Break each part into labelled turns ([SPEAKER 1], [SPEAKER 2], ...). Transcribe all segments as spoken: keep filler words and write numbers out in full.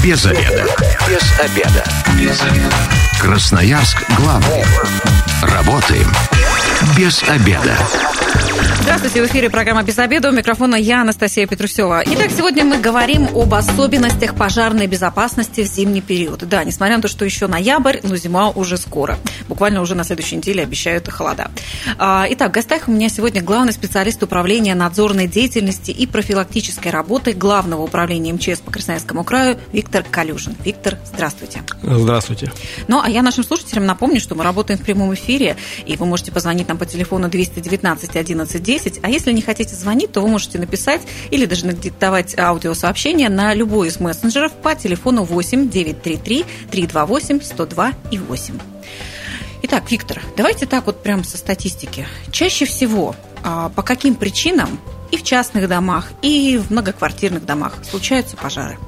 [SPEAKER 1] Без обеда. Без обеда. Без обеда. Красноярск главный. Работаем без обеда.
[SPEAKER 2] Здравствуйте, в эфире программа «Без обеда». У микрофона я, Анастасия Петрусева. Итак, сегодня мы говорим об особенностях пожарной безопасности в зимний период. Да, несмотря на то, что еще ноябрь, но зима уже скоро. Буквально уже на следующей неделе обещают холода. Итак, в гостях у меня сегодня главный специалист управления надзорной деятельности и профилактической работы Главного управления МЧС по Красноярскому краю Виктор Калюжин. Виктор, здравствуйте.
[SPEAKER 3] Здравствуйте.
[SPEAKER 2] Ну, а я нашим слушателям напомню, что мы работаем в прямом эфире, и вы можете позвонить нам по телефону двести девятнадцать одиннадцать десять. А если не хотите звонить, то вы можете написать или даже надиктовать аудиосообщение на любой из мессенджеров по телефону восемь девятьсот тридцать три триста двадцать восемь сто два и восемь. Итак, Виктор, давайте так вот прям со статистики. Чаще всего по каким причинам и в частных домах, и в многоквартирных домах случаются пожары?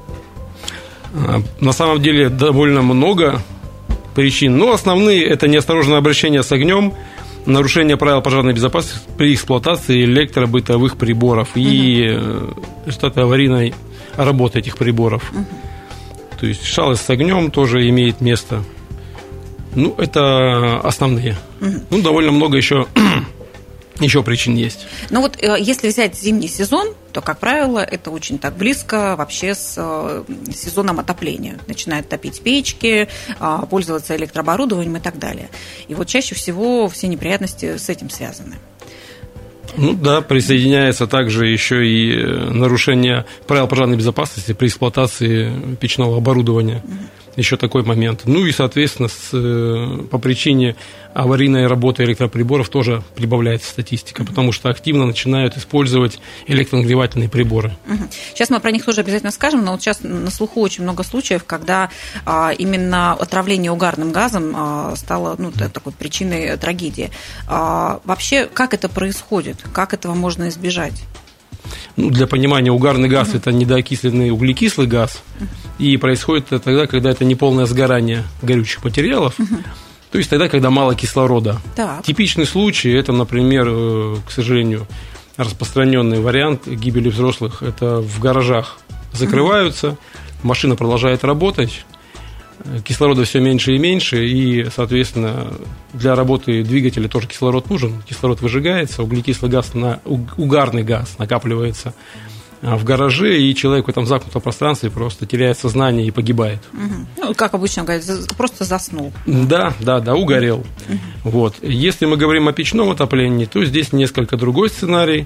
[SPEAKER 3] На самом деле довольно много причин, но основные – это неосторожное обращение с огнем, нарушение правил пожарной безопасности при эксплуатации электробытовых приборов угу. и результаты аварийной работы этих приборов. Угу. То есть шалость с огнем тоже имеет место. Ну, это основные. Угу. Ну, довольно много еще, еще причин есть.
[SPEAKER 2] Ну, вот если взять зимний сезон, то, как правило, это очень так близко вообще с сезоном отопления. Начинают топить печки, пользоваться электрооборудованием и так далее. И вот чаще всего все неприятности с этим связаны.
[SPEAKER 3] Ну да, присоединяется также еще и нарушение правил пожарной безопасности при эксплуатации печного оборудования. Угу. Еще такой момент. Ну и, соответственно, с, по причине аварийной работы электроприборов тоже прибавляется статистика, uh-huh. потому что активно начинают использовать электронагревательные приборы. Uh-huh.
[SPEAKER 2] Сейчас мы про них тоже обязательно скажем, но вот сейчас на слуху очень много случаев, когда а, именно отравление угарным газом а, стало ну, uh-huh. такой причиной трагедии. А, вообще, как это происходит? Как этого можно избежать?
[SPEAKER 3] Ну, для понимания, угарный газ uh-huh. – это недоокисленный углекислый газ, uh-huh. и происходит это тогда, когда это неполное сгорание горючих материалов, uh-huh. то есть тогда, когда мало кислорода. Так. Типичный случай – это, например, к сожалению, распространенный вариант гибели взрослых – это в гаражах закрываются, uh-huh. машина продолжает работать, кислорода все меньше и меньше, и, соответственно, для работы двигателя тоже кислород нужен. Кислород выжигается, углекислый газ, на, угарный газ накапливается в гараже, и человек в этом замкнутом пространстве просто теряет сознание и погибает.
[SPEAKER 2] Угу. Ну, как обычно говорят, просто заснул.
[SPEAKER 3] Да, да, да, угорел. Угу. Вот. Если мы говорим о печном отоплении, то здесь несколько другой сценарий.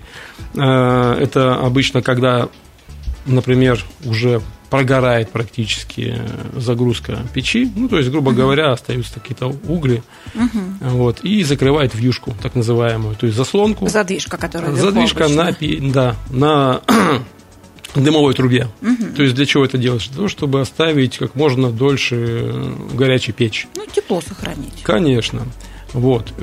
[SPEAKER 3] Это обычно, когда, например, уже прогорает практически загрузка печи, ну, то есть, грубо uh-huh. говоря, остаются какие-то угли, uh-huh. вот, и закрывает вьюшку, так называемую, то есть заслонку.
[SPEAKER 2] Задвижка, которая
[SPEAKER 3] Задвижка на, да, на дымовой трубе. Uh-huh. То есть, для чего это делать? Для того, чтобы оставить как можно дольше горячую печь.
[SPEAKER 2] Ну, тепло сохранить.
[SPEAKER 3] Конечно. Вот.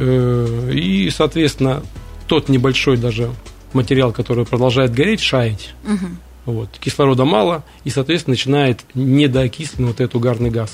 [SPEAKER 3] И, соответственно, тот небольшой даже материал, который продолжает гореть, шаять. Uh-huh. Вот. Кислорода мало, и, соответственно, начинает недоокисленный вот этот угарный газ.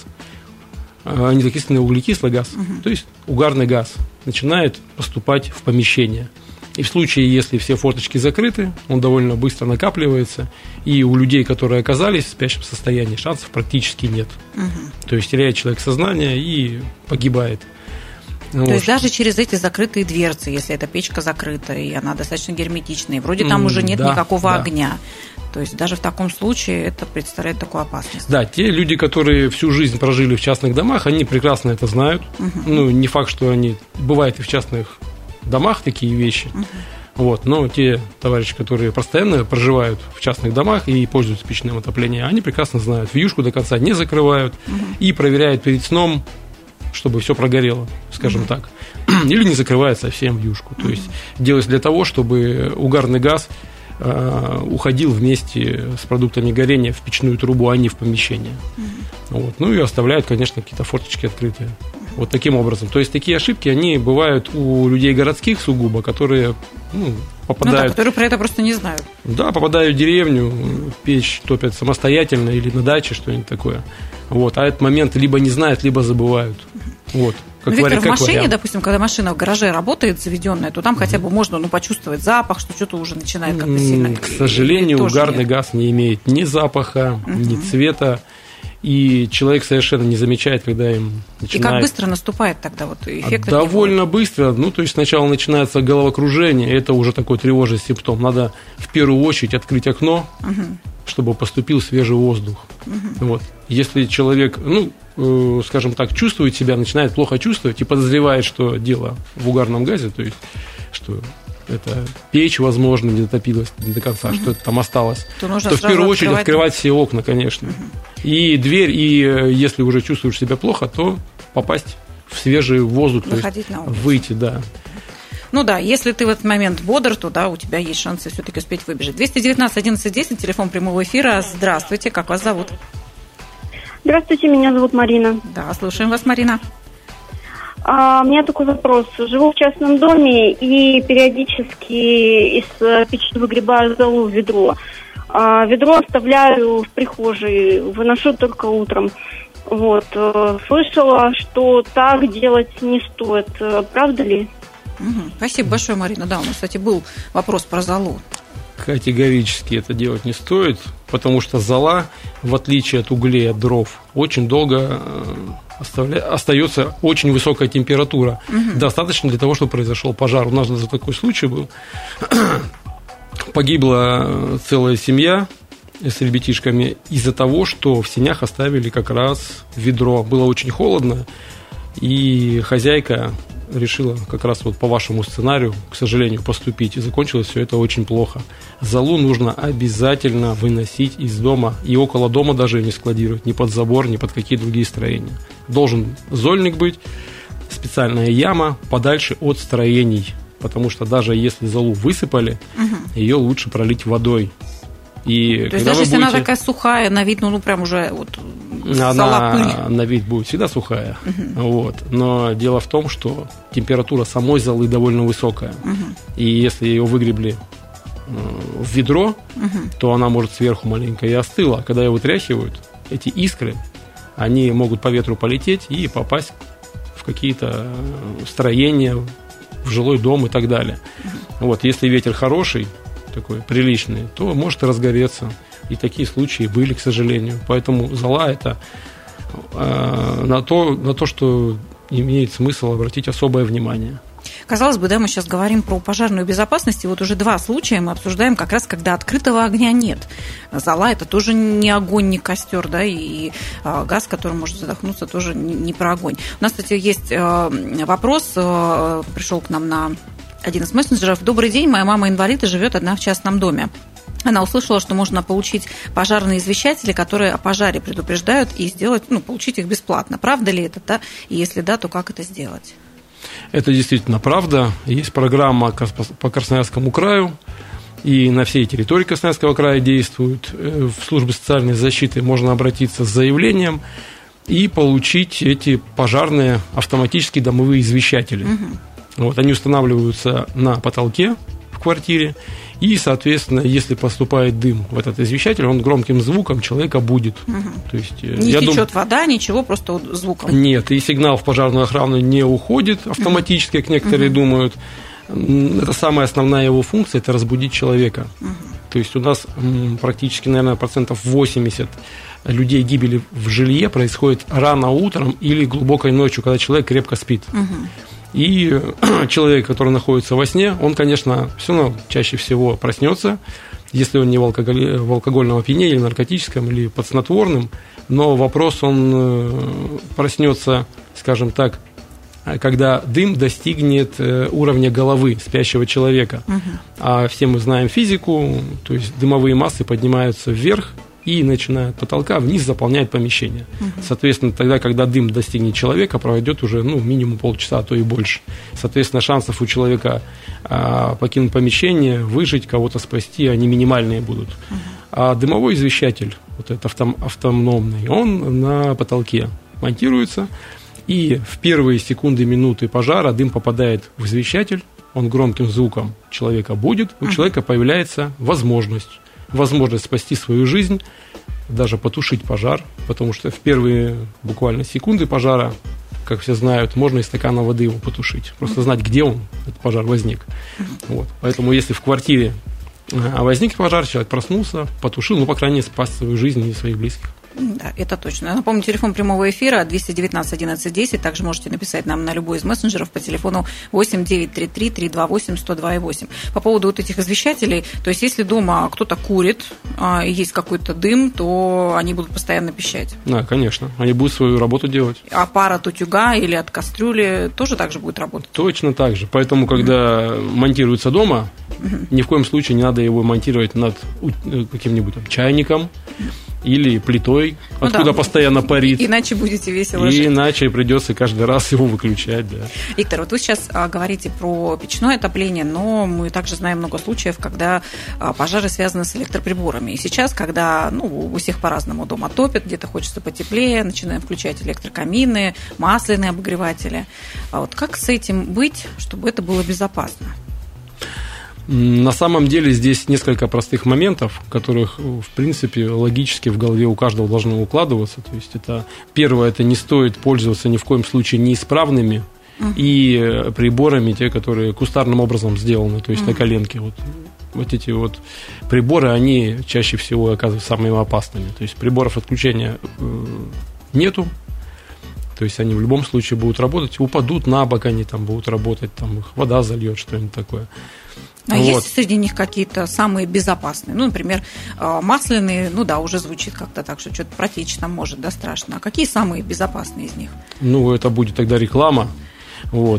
[SPEAKER 3] А, недоокисленный углекислый газ, uh-huh. то есть угарный газ начинает поступать в помещение. И в случае, если все форточки закрыты, он довольно быстро накапливается, и у людей, которые оказались в спящем состоянии, шансов практически нет. Uh-huh. То есть теряет человек сознание и погибает.
[SPEAKER 2] То вот. Есть даже через эти закрытые дверцы, если эта печка закрыта, и она достаточно герметичная, и вроде там mm, уже нет да, никакого да. огня. То есть даже в таком случае это представляет такую опасность. Да,
[SPEAKER 3] те люди, которые всю жизнь прожили в частных домах, они прекрасно это знают. Uh-huh. Ну, не факт, что они... Бывают и в частных домах такие вещи. Uh-huh. Вот, но те товарищи, которые постоянно проживают в частных домах и пользуются печным отоплением, они прекрасно знают. Вьюшку до конца не закрывают uh-huh. и проверяют перед сном, чтобы все прогорело, скажем uh-huh. так. Или не закрывает совсем вьюшку. То uh-huh. есть делается для того, чтобы угарный газ э, уходил вместе с продуктами горения в печную трубу, а не в помещение. Uh-huh. Вот. Ну и оставляют, конечно, какие-то форточки открытые. Вот таким образом. То есть такие ошибки, они бывают у людей городских сугубо, которые ну, попадают... Ну да,
[SPEAKER 2] которые про это просто не знают.
[SPEAKER 3] Да, попадают в деревню, печь топят самостоятельно или на даче, что-нибудь такое. Вот. А этот момент либо не знают, либо забывают. Вот.
[SPEAKER 2] Как ну, Виктор, в машине, вариант. Допустим, когда машина в гараже работает заведенная, то там mm-hmm. хотя бы можно ну, почувствовать запах, что что-то уже начинает как-то сильно...
[SPEAKER 3] К сожалению, угарный нет. газ не имеет ни запаха, mm-hmm. ни цвета. и человек совершенно не замечает, когда им начинает...
[SPEAKER 2] И как быстро наступает тогда вот эффект?
[SPEAKER 3] Довольно быстро. Ну, то есть сначала начинается головокружение, это уже такой тревожный симптом. Надо в первую очередь открыть окно, угу. чтобы поступил свежий воздух. Угу. Вот. Если человек, ну, э, скажем так, чувствует себя, начинает плохо чувствовать и подозревает, что дело в угарном газе, то есть, что это печь, возможно, не дотопилась не до конца, угу. что это там осталось, то, то в первую очередь открывать, открывать все окна, конечно. Угу. И дверь, и если уже чувствуешь себя плохо, то попасть в свежий воздух,
[SPEAKER 2] выходить
[SPEAKER 3] то есть
[SPEAKER 2] на улицу.
[SPEAKER 3] Выйти, да.
[SPEAKER 2] Ну да, если ты в этот момент бодр, то да, у тебя есть шансы все-таки успеть выбежать. двести девятнадцать одиннадцать десять, телефон прямого эфира. Здравствуйте, как вас зовут?
[SPEAKER 4] Здравствуйте, меня зовут Марина.
[SPEAKER 2] Да, слушаем вас, Марина.
[SPEAKER 4] А, у меня такой вопрос. Живу в частном доме и периодически из печи выгребаю золу в ведро. А, ведро оставляю в прихожей, выношу только утром. Вот. Слышала, что так делать не стоит. Правда ли?
[SPEAKER 2] Угу. Спасибо большое, Марина. Да, у нас, кстати, был вопрос про золу.
[SPEAKER 3] Категорически это делать не стоит, потому что зола, в отличие от углей, от дров, очень долго оставля... остается очень высокая температура. Угу. Достаточно для того, чтобы произошел пожар. У нас даже такой случай был. Погибла целая семья с ребятишками из-за того, что в сенях оставили как раз ведро. Было очень холодно, и хозяйка решила как раз вот по вашему сценарию, к сожалению, поступить. И закончилось все это очень плохо. Золу нужно обязательно выносить из дома. И около дома даже не складировать. Ни под забор, ни под какие другие строения. Должен зольник быть, специальная яма подальше от строений. Потому что даже если золу высыпали, угу. ее лучше пролить водой. И
[SPEAKER 2] то есть даже если будете... она такая сухая, на вид, ну, ну прям уже вот
[SPEAKER 3] она на вид будет всегда сухая. Uh-huh. Вот. Но дело в том, что температура самой золы довольно высокая. Uh-huh. И если ее выгребли в ведро, uh-huh. то она может сверху маленько и остыла. А когда ее вытряхивают, эти искры, они могут по ветру полететь и попасть в какие-то строения, в жилой дом и так далее. Uh-huh. Вот. Если ветер хороший, такой приличный, то может и разгореться. И такие случаи были, к сожалению. Поэтому зола – это э, на, то, на то, что имеет смысл обратить особое внимание.
[SPEAKER 2] Казалось бы, да, мы сейчас говорим про пожарную безопасность, и вот уже два случая мы обсуждаем как раз, когда открытого огня нет. Зола – это тоже не огонь, не костер, да, и газ, которым может задохнуться, тоже не про огонь. У нас, кстати, есть вопрос, пришел к нам на один из мессенджеров. Добрый день, моя мама инвалид и живет одна в частном доме. Она услышала, что можно получить пожарные извещатели, которые о пожаре предупреждают, и сделать, ну, получить их бесплатно. Правда ли это, да? И если да, то как это сделать?
[SPEAKER 3] Это действительно правда. Есть программа по Красноярскому краю, и на всей территории Красноярского края действует. В службе социальной защиты можно обратиться с заявлением и получить эти пожарные автоматические домовые извещатели. Угу. Вот, они устанавливаются на потолке в квартире, и, соответственно, если поступает дым в этот извещатель, он громким звуком человека будет. Угу. То есть,
[SPEAKER 2] не я течет дум... вода, ничего, просто вот звуком.
[SPEAKER 3] Нет, и сигнал в пожарную охрану не уходит автоматически, как некоторые угу. думают. Это самая основная его функция – это разбудить человека. Угу. То есть у нас практически, наверное, процентов восемьдесят людей гибели в жилье происходит рано утром или глубокой ночью, когда человек крепко спит. Угу. И человек, который находится во сне, он, конечно, все равно чаще всего проснется, если он не в, алкоголь, в алкогольном опьянении, или наркотическом, или под снотворным. Но вопрос, он проснется, скажем так, когда дым достигнет уровня головы спящего человека. Угу. А все мы знаем физику, то есть дымовые массы поднимаются вверх и, начиная от потолка, вниз заполняет помещение. Угу. Соответственно, тогда, когда дым достигнет человека, пройдет уже ну, минимум полчаса, а то и больше. Соответственно, шансов у человека а, покинуть помещение, выжить, кого-то спасти, они минимальные будут. Угу. А дымовой извещатель, вот этот автом, автономный, он на потолке монтируется, и в первые секунды, минуты пожара дым попадает в извещатель, он громким звуком человека будет, у угу. человека появляется возможность. возможность спасти свою жизнь, даже потушить пожар, потому что в первые буквально секунды пожара, как все знают, можно из стакана воды его потушить. Просто знать, где он, этот пожар возник. Вот. Поэтому если в квартире возник пожар, человек проснулся, потушил, ну, по крайней мере, спас свою жизнь и своих близких.
[SPEAKER 2] Да, это точно. Напомню, телефон прямого эфира двести девятнадцать одиннадцать десять. Также можете написать нам на любой из мессенджеров по телефону восемь девятьсот тридцать три триста двадцать восемь сто два и восемь. По поводу вот этих извещателей, то есть если дома кто-то курит, и есть какой-то дым, то они будут постоянно пищать.
[SPEAKER 3] Да, конечно. Они будут свою работу делать.
[SPEAKER 2] А пар от утюга или от кастрюли тоже так же будет работать?
[SPEAKER 3] Точно так же. Поэтому, когда mm-hmm. монтируется дома, mm-hmm. ни в коем случае не надо его монтировать над каким-нибудь там, чайником, или плитой, ну откуда да, постоянно парит.
[SPEAKER 2] Иначе будете весело
[SPEAKER 3] и
[SPEAKER 2] жить.
[SPEAKER 3] Иначе придется каждый раз его выключать. Да.
[SPEAKER 2] Виктор, вот вы сейчас а, говорите про печное отопление, но мы также знаем много случаев, когда а, пожары связаны с электроприборами. И сейчас, когда ну, у всех по-разному дома топят, где-то хочется потеплее, начинаем включать электрокамины, масляные обогреватели. А вот как с этим быть, чтобы это было безопасно?
[SPEAKER 3] На самом деле здесь несколько простых моментов, которых, в принципе, логически в голове у каждого должно укладываться. То есть это первое, это не стоит пользоваться ни в коем случае неисправными uh-huh. и приборами, те, которые кустарным образом сделаны, то есть uh-huh. на коленке. Вот, вот эти вот приборы, они чаще всего оказываются самыми опасными. То есть приборов отключения нету. То есть они в любом случае будут работать, упадут на бок, они там будут работать, там их вода зальет, что-нибудь такое.
[SPEAKER 2] А вот. Есть среди них какие-то самые безопасные? Ну, например, масляные, ну да, уже звучит как-то так, что что-то протечь там может, да, страшно. А какие самые безопасные из них?
[SPEAKER 3] Ну, это будет тогда реклама. Вот.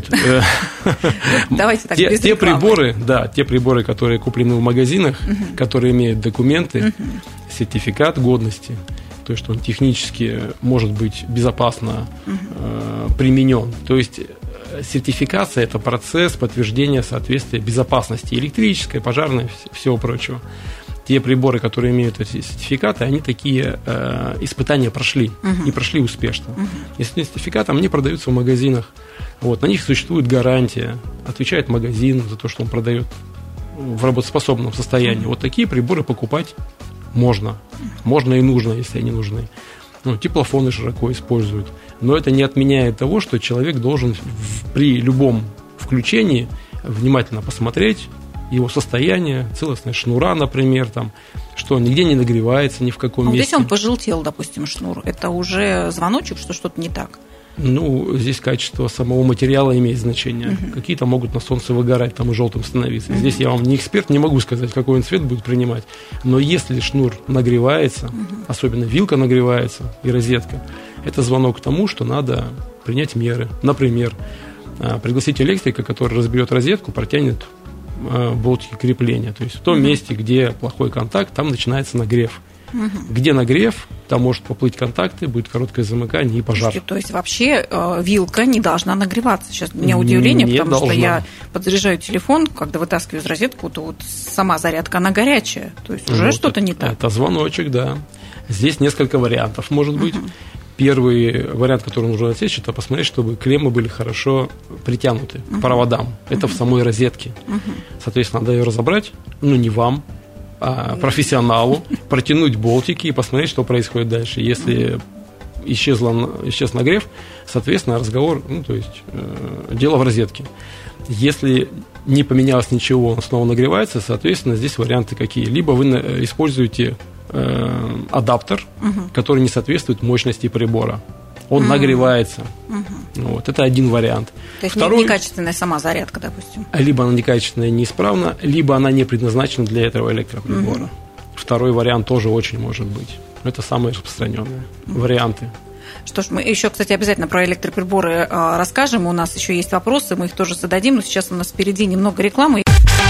[SPEAKER 2] Давайте так,
[SPEAKER 3] те,
[SPEAKER 2] без
[SPEAKER 3] те
[SPEAKER 2] рекламы.
[SPEAKER 3] приборы, да, те приборы, которые куплены в магазинах, uh-huh. которые имеют документы, uh-huh. сертификат годности, то есть, что он технически может быть безопасно uh-huh. э, применен. То есть сертификация – это процесс подтверждения соответствия безопасности электрической, пожарной, всего прочего. Те приборы, которые имеют эти сертификаты, они такие э, испытания прошли, uh-huh. и прошли успешно. Uh-huh. Если сертификаты, они продаются в магазинах, вот, на них существует гарантия, отвечает магазин за то, что он продает в работоспособном состоянии. Uh-huh. Вот такие приборы покупать можно, можно и нужно, если они нужны. Ну, теплофоны широко используют. Но это не отменяет того, что человек должен в, при любом включении внимательно посмотреть его состояние, целостность шнура, например, там, что он нигде не нагревается, ни в каком
[SPEAKER 2] ну,
[SPEAKER 3] месте.
[SPEAKER 2] Если он пожелтел, допустим, шнур, это уже звоночек, что что-то не так?
[SPEAKER 3] Ну, здесь качество самого материала имеет значение. Uh-huh. Какие-то могут на солнце выгорать, там и желтым становиться. Uh-huh. Здесь я вам не эксперт, не могу сказать, какой он цвет будет принимать. Но если шнур нагревается, uh-huh. особенно вилка нагревается и розетка, это звонок к тому, что надо принять меры. Например, пригласить электрика, который разберет розетку, протянет болтики крепления. То есть в том uh-huh. месте, где плохой контакт, там начинается нагрев. Угу. Где нагрев, там может поплыть контакты, будет короткое замыкание и пожар.
[SPEAKER 2] То есть вообще э, вилка не должна нагреваться. Сейчас у меня удивление, не потому должна. Что я подзаряжаю телефон, когда вытаскиваю из розетку, то вот сама зарядка, она горячая. То есть уже вот что-то
[SPEAKER 3] это,
[SPEAKER 2] не так.
[SPEAKER 3] Это звоночек, да. Здесь несколько вариантов может быть. Угу. Первый вариант, который нужно отсечь, это посмотреть, чтобы клеммы были хорошо притянуты угу. к проводам. Это угу. в самой розетке. Угу. Соответственно, надо ее разобрать, ну не вам, а профессионалу, протянуть болтики и посмотреть, что происходит дальше. Если исчезла, исчез нагрев, соответственно, разговор, ну, то есть э, дело в розетке. Если не поменялось ничего, он снова нагревается, соответственно, здесь варианты какие. Либо вы используете э, адаптер, угу. который не соответствует мощности прибора. Он mm-hmm. нагревается. Mm-hmm. Вот, это один вариант.
[SPEAKER 2] То есть
[SPEAKER 3] Второй,
[SPEAKER 2] некачественная сама зарядка, допустим.
[SPEAKER 3] Либо она некачественная и неисправна, либо она не предназначена для этого электроприбора. Mm-hmm. Второй вариант тоже очень может быть. Это самые распространенные mm-hmm. варианты.
[SPEAKER 2] Что ж, мы еще, кстати, обязательно про электроприборы а, расскажем. У нас еще есть вопросы, мы их тоже зададим. Но сейчас у нас впереди немного рекламы.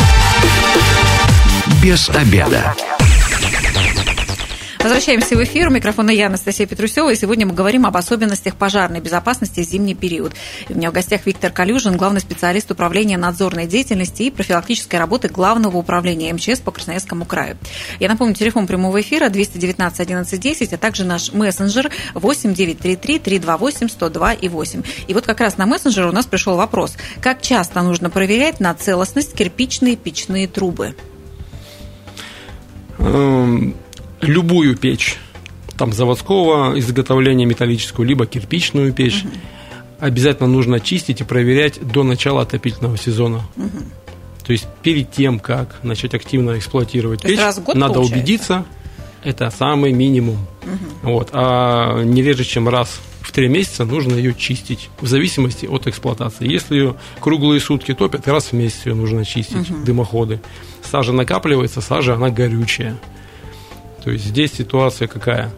[SPEAKER 1] Без обеда.
[SPEAKER 2] Возвращаемся в эфир. У микрофона я, Анастасия Петрусева. И сегодня мы говорим об особенностях пожарной безопасности в зимний период. И у меня в гостях Виктор Калюжин, главный специалист управления надзорной деятельности и профилактической работы Главного управления эм че эс по Красноярскому краю. Я напомню, телефон прямого эфира двести девятнадцать одиннадцать десять, а также наш мессенджер восемь девятьсот тридцать три триста двадцать восемь сто два и восемь. И вот как раз на мессенджер у нас пришел вопрос. Как часто нужно проверять на целостность кирпичные печные трубы?
[SPEAKER 3] Любую печь, там заводского изготовления металлическую, либо кирпичную печь, угу. обязательно нужно чистить и проверять до начала отопительного сезона. Угу. То есть перед тем, как начать активно эксплуатировать То печь, надо получается? убедиться, Это самый минимум. Угу. Вот. А не реже, чем раз в три месяца нужно ее чистить, в зависимости от эксплуатации. Если ее круглые сутки топят, раз в месяц ее нужно чистить, угу. дымоходы. Сажа накапливается, сажа, она горючая. То есть здесь ситуация какая?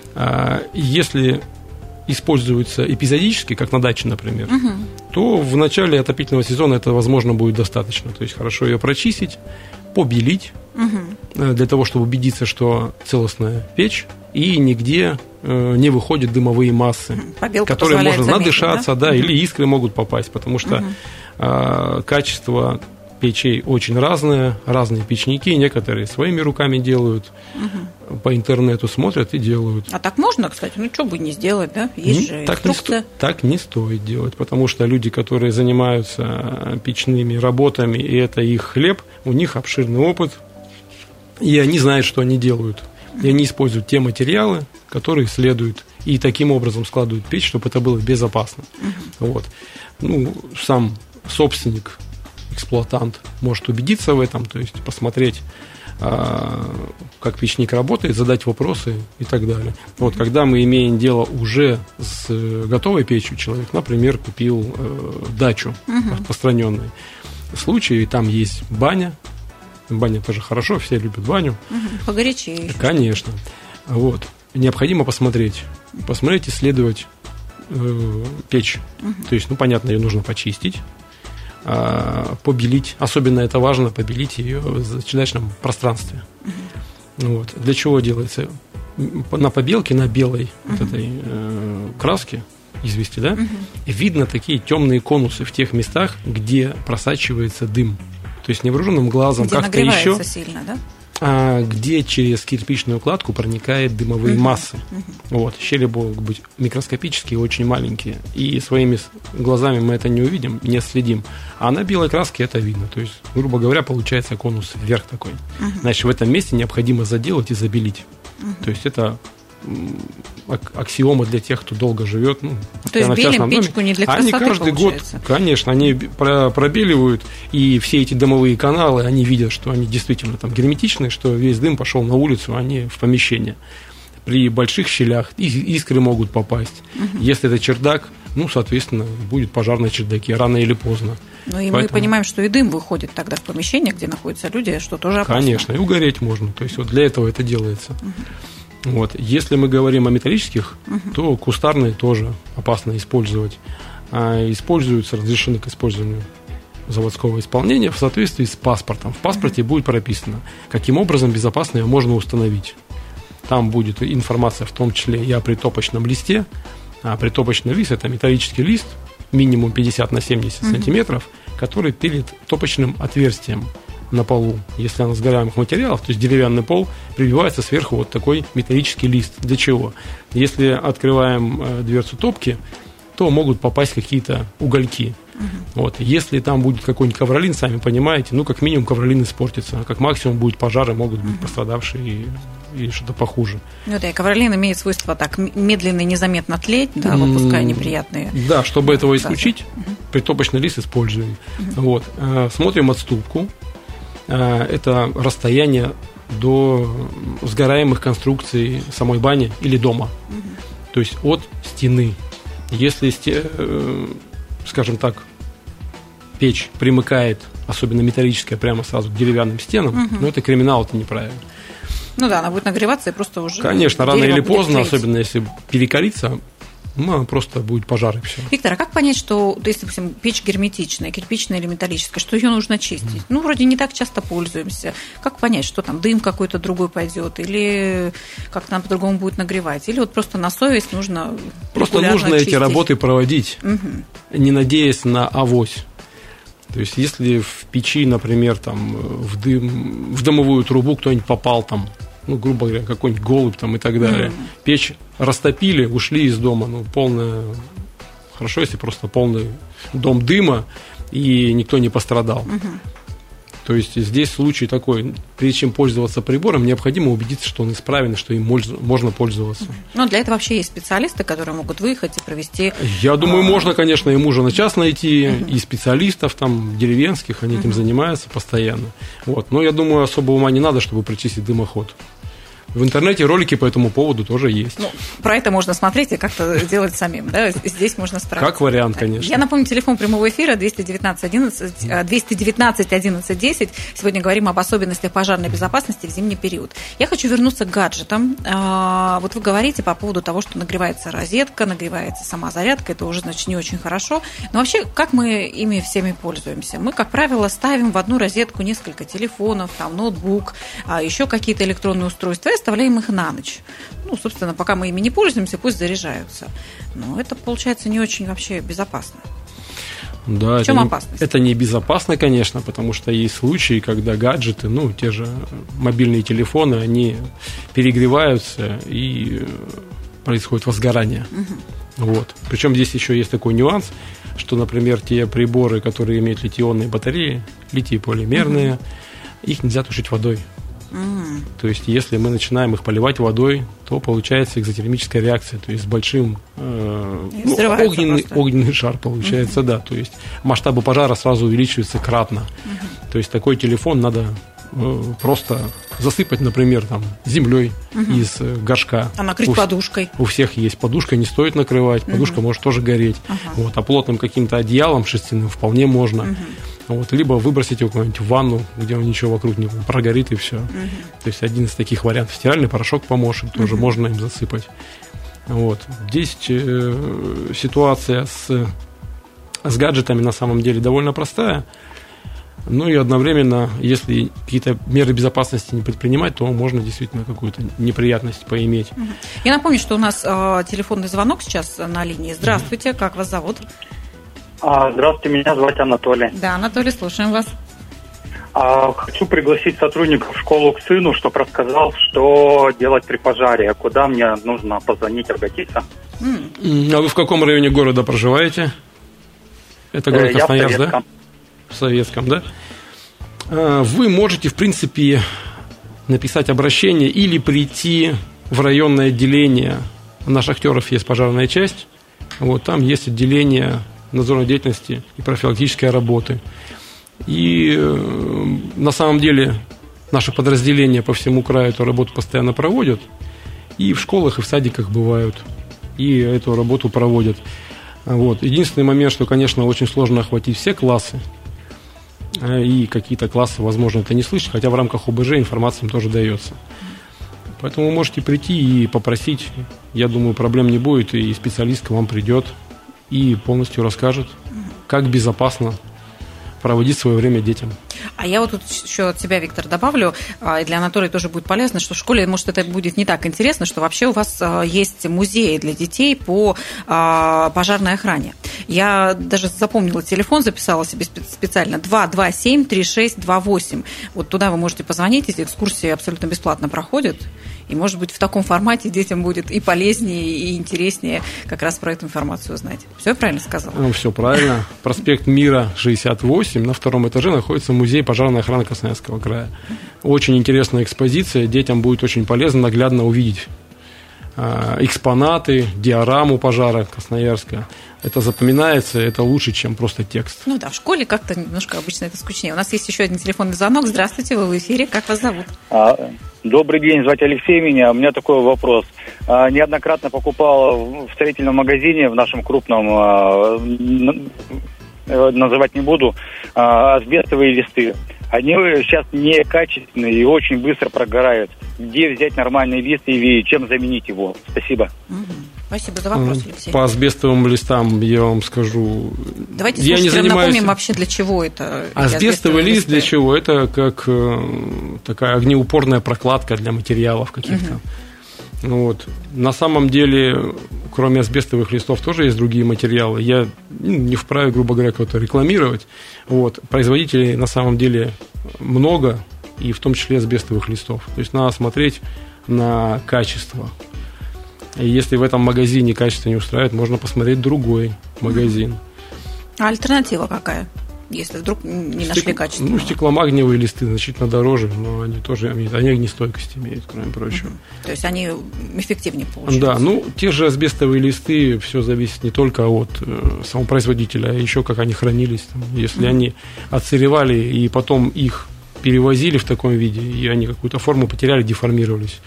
[SPEAKER 3] Если используется эпизодически, как на даче, например, угу. то в начале отопительного сезона это, возможно, будет достаточно. То есть хорошо ее прочистить, побелить, угу. для того, чтобы убедиться, что целостная печь и нигде не выходят дымовые массы, Побелка которые можно заметить, надышаться, да? Да, угу. или искры могут попасть, потому что угу. а, качество печей очень разное, разные печники, некоторые своими руками делают, угу. по интернету смотрят и делают.
[SPEAKER 2] А так можно, кстати, ну что бы не сделать, да? Есть же
[SPEAKER 3] так инструкция. Не сто, так не стоит делать, потому что люди, которые занимаются печными работами, и это их хлеб, у них обширный опыт, и они знают, что они делают. И они используют те материалы, которые следуют, и таким образом складывают печь, чтобы это было безопасно. Угу. Вот. Ну, сам собственник, эксплуатант может убедиться в этом, то есть посмотреть, как печник работает, задать вопросы и так далее. Вот, когда мы имеем дело уже с готовой печью, человек, например, купил дачу угу. распространенную случай, и там есть баня. Баня тоже хорошо, все любят баню.
[SPEAKER 2] Угу. Погорячее.
[SPEAKER 3] Конечно. Вот. Необходимо посмотреть. Посмотреть, исследовать э, печь. Угу. То есть, ну, понятно, ее нужно почистить, э, побелить. Особенно это важно, побелить ее в зачаточном пространстве. Угу. Вот. Для чего делается? На побелке, на белой угу. вот этой э, краске, извести, да, угу. видно такие темные конусы в тех местах, где просачивается дым. То есть невооруженным глазом
[SPEAKER 2] где
[SPEAKER 3] как-то еще,
[SPEAKER 2] сильно, да?
[SPEAKER 3] а, где через кирпичную кладку проникают дымовые угу. массы. Угу. Вот, щели могут быть микроскопические, очень маленькие, и своими глазами мы это не увидим, не следим. А на белой краске это видно. То есть, грубо говоря, получается конус вверх такой. Угу. Значит, в этом месте необходимо заделать и забелить. Угу. То есть это аксиома для тех, кто долго живет. Ну,
[SPEAKER 2] то есть белим печку не для красоты,
[SPEAKER 3] они каждый
[SPEAKER 2] получается.
[SPEAKER 3] Год, конечно, они пробеливают, и все эти дымовые каналы, они видят, что они действительно там герметичны, что весь дым пошел на улицу, а не в помещение. При больших щелях искры могут попасть. Угу. Если это чердак, ну, соответственно, будет пожар на чердаке рано или поздно.
[SPEAKER 2] Ну и Поэтому... мы понимаем, что и дым выходит тогда в помещение, где находятся люди, что тоже опасно.
[SPEAKER 3] Конечно, и угореть можно. То есть вот для этого это делается. Угу. Вот. Если мы говорим о металлических, uh-huh. то кустарные тоже опасно использовать. А используются, разрешены к использованию заводского исполнения в соответствии с паспортом. В паспорте uh-huh. будет прописано, каким образом безопасно ее можно установить. Там будет информация в том числе и о притопочном листе. А притопочный лист – это металлический лист, минимум пятьдесят на семьдесят uh-huh. сантиметров, который перед топочным отверстием на полу, если она с сгораемых материалов, то есть деревянный пол, прибивается сверху вот такой металлический лист. Для чего? Если открываем э, дверцу топки, то могут попасть какие-то угольки. Uh-huh. Вот. Если там будет какой-нибудь ковролин, сами понимаете, ну, как минимум ковролин испортится, а как максимум будет пожары, могут быть uh-huh. пострадавшие и, и что-то похуже. Ну
[SPEAKER 2] да, и ковролин имеет свойство так медленно и незаметно тлеть, да, выпуская неприятные...
[SPEAKER 3] Да, чтобы этого исключить, uh-huh. притопочный лист используем. Uh-huh. Вот. Смотрим отступку. Это расстояние до сгораемых конструкций самой бани или дома. Угу. То есть от стены. Если, скажем так, печь примыкает, особенно металлическая, прямо сразу к деревянным стенам, угу. ну это криминал, это неправильно.
[SPEAKER 2] Ну да, она будет нагреваться и просто уже...
[SPEAKER 3] Конечно, рано или поздно, тлеть. Особенно если перекалится, ну, просто будет пожар и все.
[SPEAKER 2] Виктор, а как понять, что, если, допустим, печь герметичная, кирпичная или металлическая, что ее нужно чистить? Mm. Ну, вроде не так часто пользуемся. Как понять, что там дым какой-то другой пойдет, или как-то нам по-другому будет нагревать? Или вот просто на совесть нужно
[SPEAKER 3] Просто нужно чистить? Эти работы проводить, угу. не надеясь на авось. То есть, если в печи, например, там, в, дым, в дымовую трубу кто-нибудь попал там, ну, грубо говоря, какой-нибудь голубь там и так далее. Mm. Печь растопили, ушли из дома. Ну, полная... Хорошо, если просто полный дом дыма, и никто не пострадал. Mm-hmm. То есть здесь случай такой, прежде чем пользоваться прибором, необходимо убедиться, что он исправен, что им можно пользоваться.
[SPEAKER 2] Ну, для этого вообще есть специалисты, которые могут выехать и провести...
[SPEAKER 3] Я думаю, можно, конечно, ему же на час найти, uh-huh. и специалистов там деревенских, они uh-huh. этим занимаются постоянно. Вот. Но я думаю, особо ума не надо, чтобы прочистить дымоход. В интернете ролики по этому поводу тоже есть.
[SPEAKER 2] Ну, про это можно смотреть и как-то делать самим, да? Здесь можно справиться.
[SPEAKER 3] Как вариант, конечно.
[SPEAKER 2] Я напомню, телефон прямого эфира двести девятнадцать одиннадцать десять. Сегодня говорим об особенностях пожарной безопасности в зимний период. Я хочу вернуться к гаджетам. Вот вы говорите по поводу того, что нагревается розетка, нагревается сама зарядка. Это уже, значит, не очень хорошо. Но вообще, как мы ими всеми пользуемся? Мы, как правило, ставим в одну розетку несколько телефонов, там, ноутбук, еще какие-то электронные устройства и оставляем их на ночь. Ну, собственно, пока мы ими не пользуемся, пусть заряжаются. Но это, получается, не очень вообще безопасно.
[SPEAKER 3] Да,
[SPEAKER 2] в чем
[SPEAKER 3] это
[SPEAKER 2] опасность?
[SPEAKER 3] Не, это не безопасно, конечно, потому что есть случаи, когда гаджеты, ну, те же мобильные телефоны, они перегреваются и происходит возгорание. Угу. Вот. Причем здесь еще есть такой нюанс, что, например, те приборы, которые имеют литий-ионные батареи, литий-полимерные, угу. их нельзя тушить водой. Mm. То есть, если мы начинаем их поливать водой, то получается экзотермическая реакция, то есть с большим э, ну, огненный, огненный шар получается, mm-hmm. да. То есть масштабы пожара сразу увеличиваются кратно. Mm-hmm. То есть такой телефон надо э, просто засыпать, например, там, землей mm-hmm. из э, горшка.
[SPEAKER 2] А накрыть у, подушкой.
[SPEAKER 3] У всех есть подушка, не стоит накрывать, подушка mm-hmm. может тоже гореть. Uh-huh. Вот, а плотным каким-то одеялом шерстяным вполне можно. Mm-hmm. Вот, либо выбросить его куда-нибудь в ванну, где он ничего вокруг не прогорит, и все. Uh-huh. То есть один из таких вариантов. Стиральный порошок поможет, тоже uh-huh. можно им засыпать. Вот. Здесь э, ситуация с, с гаджетами на самом деле довольно простая. Ну и одновременно, если какие-то меры безопасности не предпринимать, то можно действительно какую-то неприятность поиметь. Uh-huh.
[SPEAKER 2] Я напомню, что у нас э, телефонный звонок сейчас на линии. Здравствуйте, uh-huh. как вас зовут?
[SPEAKER 5] Здравствуйте, меня зовут Анатолий.
[SPEAKER 2] Да, Анатолий, слушаем вас.
[SPEAKER 5] Хочу пригласить сотрудников в школу к сыну, чтобы рассказал, что делать при пожаре, куда мне нужно позвонить, обратиться.
[SPEAKER 3] Mm. А вы в каком районе города проживаете? Это город Красноярск, да? В Советском, да? Вы можете, в принципе, написать обращение или прийти в районное отделение. На Шахтеров есть пожарная часть. Вот там есть отделение надзорной деятельности и профилактической работы. И э, на самом деле наши подразделения по всему краю эту работу постоянно проводят. И в школах, и в садиках бывают. И эту работу проводят. Вот. Единственный момент, что, конечно, очень сложно охватить все классы. И какие-то классы, возможно, это не слышать, хотя в рамках ОБЖ информация им тоже дается. Поэтому вы можете прийти и попросить. Я думаю, проблем не будет, и специалист к вам придет и полностью расскажет, как безопасно проводить свое время детям.
[SPEAKER 2] А я вот тут еще от себя, Виктор, добавлю, и для Анатолия тоже будет полезно, что в школе, может, это будет не так интересно, что вообще у вас есть музей для детей по пожарной охране. Я даже запомнила телефон, записала себе специально два два семь три шесть два восемь. Вот туда вы можете позвонить, эти экскурсии абсолютно бесплатно проходят. И, может быть, в таком формате детям будет и полезнее, и интереснее как раз про эту информацию узнать. Все я правильно сказала?
[SPEAKER 3] Ну, все правильно. Проспект Мира, шестьдесят восемь. На втором этаже находится музей пожарной охраны Красноярского края. Очень интересная экспозиция. Детям будет очень полезно наглядно увидеть экспонаты, диораму пожара Красноярска. Это запоминается, это лучше, чем просто текст.
[SPEAKER 2] Ну да, в школе как-то немножко обычно это скучнее. У нас есть еще один телефонный звонок. Здравствуйте, вы в эфире. Как вас зовут?
[SPEAKER 5] Добрый день, звать Алексей меня. У меня такой вопрос. Неоднократно покупал в строительном магазине, в нашем крупном, называть не буду, асбестовые листы. Они сейчас некачественные и очень быстро прогорают. Где взять нормальный лист и чем заменить его? Спасибо.
[SPEAKER 2] Угу. Спасибо за вопрос, Алексей.
[SPEAKER 3] По асбестовым листам я вам скажу.
[SPEAKER 2] Давайте я не занимаюсь... напомним вообще, для чего это.
[SPEAKER 3] Асбестовый лист для чего? Это как такая огнеупорная прокладка для материалов каких-то. Угу. Вот. На самом деле, кроме асбестовых листов, тоже есть другие материалы. Я не вправе, грубо говоря, кого-то рекламировать. Вот. Производителей на самом деле много, и в том числе асбестовых листов. То есть надо смотреть на качество. И если в этом магазине качество не устраивает, можно посмотреть другой магазин.
[SPEAKER 2] А альтернатива какая? Если вдруг не нашли Стек... качественного.
[SPEAKER 3] Ну, стекломагниевые листы значительно дороже, но они тоже они огнестойкость имеют, кроме прочего.
[SPEAKER 2] Угу. То есть они эффективнее получаются.
[SPEAKER 3] Да, ну, те же асбестовые листы, все зависит не только от э, самого производителя, а еще как они хранились. Там, если угу. они отсыревали и потом их перевозили в таком виде, и они какую-то форму потеряли, деформировались,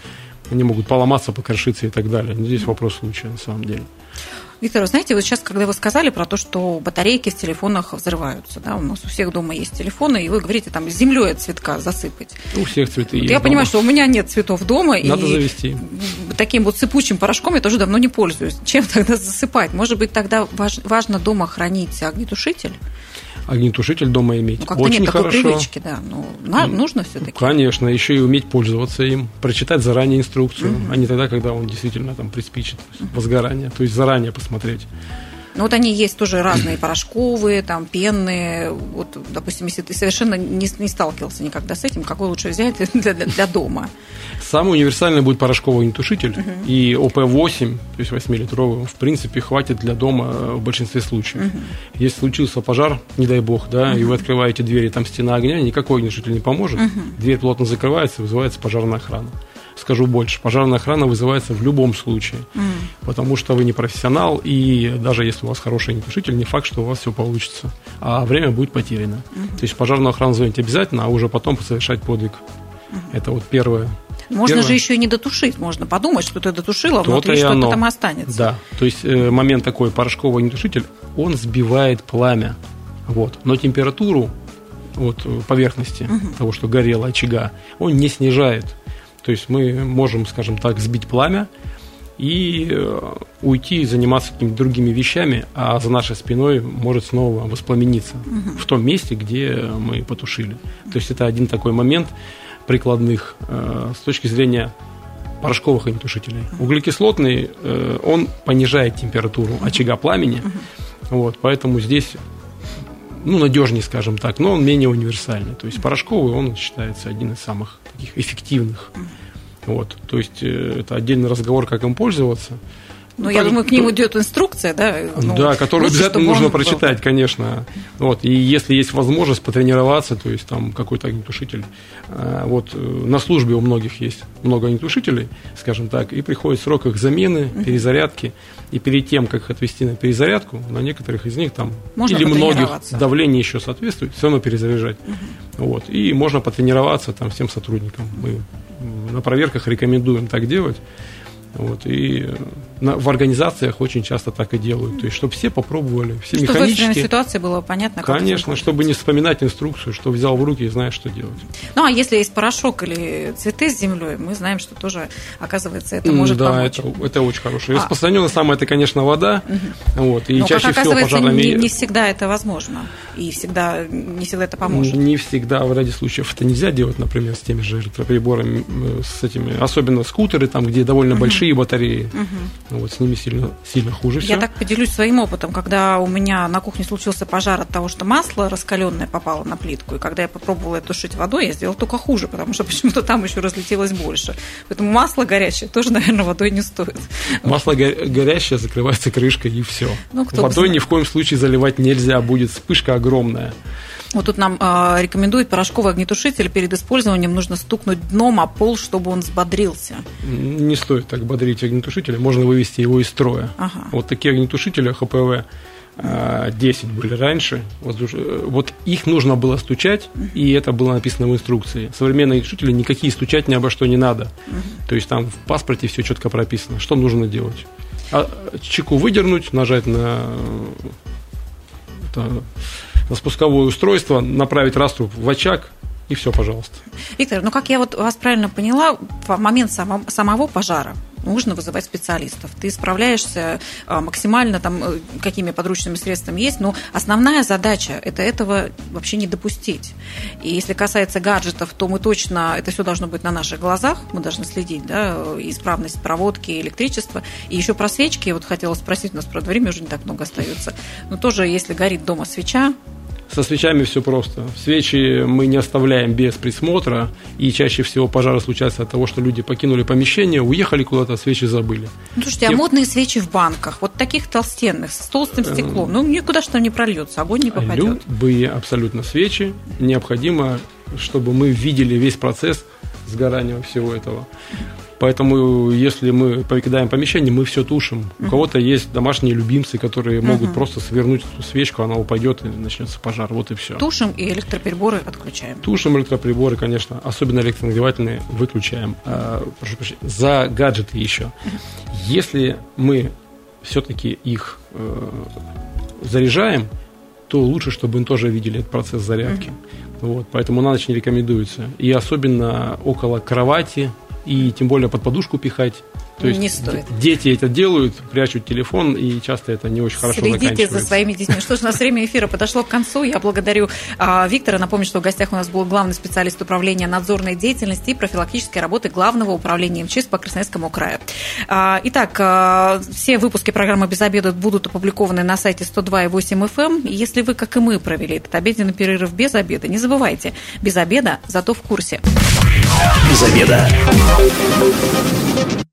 [SPEAKER 3] они могут поломаться, покрошиться и так далее. Но здесь вопрос случая на самом деле.
[SPEAKER 2] Виктор, вы знаете, вот сейчас, когда вы сказали про то, что батарейки в телефонах взрываются, да, у нас у всех дома есть телефоны, и вы говорите, там, землей от цветка засыпать.
[SPEAKER 3] У всех цветы
[SPEAKER 2] вот
[SPEAKER 3] есть
[SPEAKER 2] я
[SPEAKER 3] дома.
[SPEAKER 2] понимаю, что у меня нет цветов дома.
[SPEAKER 3] Надо
[SPEAKER 2] и
[SPEAKER 3] завести.
[SPEAKER 2] Таким вот сыпучим порошком я тоже давно не пользуюсь. Чем тогда засыпать? Может быть, тогда важ, важно дома хранить огнетушитель?
[SPEAKER 3] Огнетушитель дома иметь.
[SPEAKER 2] Ну, как-то
[SPEAKER 3] очень
[SPEAKER 2] нет такой
[SPEAKER 3] хорошо.
[SPEAKER 2] привычки, да. Ну, на, нужно все-таки.
[SPEAKER 3] Конечно, еще и уметь пользоваться им, прочитать заранее инструкцию, угу. а не тогда, когда он действительно там приспичит возгорание. То есть заранее посмотреть.
[SPEAKER 2] Ну, вот они есть тоже разные, порошковые, там, пенные. Вот, допустим, если ты совершенно не, не сталкивался никогда с этим, какой лучше взять для, для, для дома?
[SPEAKER 3] Самый универсальный будет порошковый огнетушитель.
[SPEAKER 2] Uh-huh. И
[SPEAKER 3] о пэ восемь, то есть восьмилитровый, в принципе, хватит для дома в большинстве случаев. Uh-huh. Если случился пожар, не дай бог, да, uh-huh. и вы открываете дверь, и там стена огня, никакой огнетушитель не поможет. Uh-huh. Дверь плотно закрывается, вызывается пожарная охрана. Скажу больше, пожарная охрана вызывается в любом случае, mm. потому что вы не профессионал, и даже если у вас хороший огнетушитель, не факт, что у вас все получится, а время будет потеряно. Mm. То есть пожарную охрану звонить обязательно, а уже потом совершать подвиг. Mm. Это вот первое.
[SPEAKER 2] Можно
[SPEAKER 3] первое.
[SPEAKER 2] же еще и не дотушить, можно подумать, что ты дотушила, а
[SPEAKER 3] То-то
[SPEAKER 2] внутри что-то
[SPEAKER 3] оно.
[SPEAKER 2] там останется.
[SPEAKER 3] Да, то есть э, момент такой, порошковый огнетушитель, он сбивает пламя, вот, но температуру вот, поверхности mm. того, что горело, очага, он не снижает. То есть мы можем, скажем так, сбить пламя и уйти и заниматься какими-то другими вещами, а за нашей спиной может снова воспламениться угу. в том месте, где мы потушили. То есть это один такой момент прикладных э, с точки зрения порошковых огнетушителей. Угу. Углекислотный, э, он понижает температуру угу. очага пламени, угу. вот, поэтому здесь... ну, надежнее, скажем так, но он менее универсальный. То есть порошковый, он считается один из самых таких эффективных. Вот. То есть это отдельный разговор, как им пользоваться.
[SPEAKER 2] Ну, я думаю, к ним идет инструкция, да? Ну,
[SPEAKER 3] да, которую
[SPEAKER 2] лучше,
[SPEAKER 3] обязательно нужно
[SPEAKER 2] он...
[SPEAKER 3] прочитать, конечно. Вот. И если есть возможность потренироваться, то есть там какой-то огнетушитель. Вот на службе у многих есть много огнетушителей, скажем так, и приходит срок их замены, перезарядки. И перед тем, как их отвести на перезарядку, на некоторых из них там
[SPEAKER 2] можно
[SPEAKER 3] или многих давление еще соответствует, все равно перезаряжать. Угу. Вот. И можно потренироваться там всем сотрудникам. Мы на проверках рекомендуем так делать. Вот, и на, в организациях очень часто так и делают. То есть, чтобы все попробовали, все
[SPEAKER 2] чтобы
[SPEAKER 3] механически.
[SPEAKER 2] Чтобы в ситуации было понятно, как
[SPEAKER 3] конечно, чтобы не вспоминать инструкцию, что взял в руки и знаешь, что делать.
[SPEAKER 2] Ну, а если есть порошок или цветы с землей, мы знаем, что тоже, оказывается, это может
[SPEAKER 3] да,
[SPEAKER 2] помочь.
[SPEAKER 3] Да, это, это очень хорошо. Распространенное самое, это, конечно, вода. Угу. Вот, и
[SPEAKER 2] но,
[SPEAKER 3] чаще
[SPEAKER 2] как
[SPEAKER 3] всего пожарными...
[SPEAKER 2] не, не всегда это возможно. И всегда, не всегда это поможет.
[SPEAKER 3] Не всегда, в ряде случаев это нельзя делать, например, с теми же электроприборами, с этими, особенно скутеры, там, где довольно угу. большие батареи. Угу. Вот, с ними сильно, сильно хуже все.
[SPEAKER 2] Я так поделюсь своим опытом, когда у меня на кухне случился пожар от того, что масло раскаленное попало на плитку, и когда я попробовала это тушить водой, я сделала только хуже, потому что почему-то там еще разлетелось больше. Поэтому масло горячее тоже, наверное, водой не стоит.
[SPEAKER 3] Масло горячее, закрывается крышкой и все. Ну, водой ни в коем случае заливать нельзя, будет вспышка огромная.
[SPEAKER 2] Вот тут нам э, рекомендуют порошковый огнетушитель. Перед использованием нужно стукнуть дном о пол, чтобы он взбодрился.
[SPEAKER 3] Не стоит так бодрить огнетушителя, можно вывести его из строя. Ага. Вот такие огнетушители ха пэ вэ десять были раньше. Вот их нужно было стучать, и это было написано в инструкции. Современные огнетушители никакие стучать ни обо что не надо. Угу. То есть там в паспорте все четко прописано, что нужно делать. А чеку выдернуть, нажать на... Это, на спусковое устройство, направить раструб в очаг, и все, пожалуйста.
[SPEAKER 2] Виктор, ну как я вот вас правильно поняла, в момент само, самого пожара нужно вызывать специалистов. Ты справляешься максимально, там, какими подручными средствами есть, но основная задача – это этого вообще не допустить. И если касается гаджетов, то мы точно, это все должно быть на наших глазах, мы должны следить, да, исправность проводки, электричества. И еще про свечки, я вот хотела спросить, у нас, правда, времени уже не так много остается, но тоже, если горит дома свеча.
[SPEAKER 3] Со свечами все просто. Свечи мы не оставляем без присмотра, и чаще всего пожары случаются от того, что люди покинули помещение, уехали куда-то, свечи забыли.
[SPEAKER 2] Ну, слушайте, Тем... а модные свечи в банках, вот таких толстенных, с толстым стеклом, ну, никуда что не прольется, огонь не попадет.
[SPEAKER 3] Любые абсолютно свечи необходимо, чтобы мы видели весь процесс сгорания всего этого. Поэтому, если мы покидаем помещение, мы все тушим. У кого-то есть домашние любимцы, которые могут uh-huh. просто свернуть эту свечку, она упадет и начнется пожар. Вот и все.
[SPEAKER 2] Тушим и электроприборы отключаем.
[SPEAKER 3] Тушим электроприборы, конечно, особенно электронагревательные, выключаем. А, прошу прощения, за гаджеты еще. Uh-huh. Если мы все-таки их э, заряжаем, то лучше, чтобы мы тоже видели этот процесс зарядки. Uh-huh. Вот, поэтому на ночь не рекомендуется. И особенно около кровати, и тем более под подушку пихать. То есть
[SPEAKER 2] не стоит.
[SPEAKER 3] Дети это делают, прячут телефон, и часто это не очень хорошо
[SPEAKER 2] Следите
[SPEAKER 3] заканчивается.
[SPEAKER 2] за своими детьми. Что ж, у нас время эфира подошло к концу. Я благодарю а, Виктора. Напомню, что в гостях у нас был главный специалист управления надзорной деятельности и профилактической работы Главного управления МЧС по Красноярскому краю. А, итак, а, все выпуски программы «Без обеда» будут опубликованы на сайте сто два и восемь эф эм. Если вы, как и мы, провели этот обеденный перерыв без обеда, не забывайте, без обеда, зато в курсе.
[SPEAKER 1] Без обеда.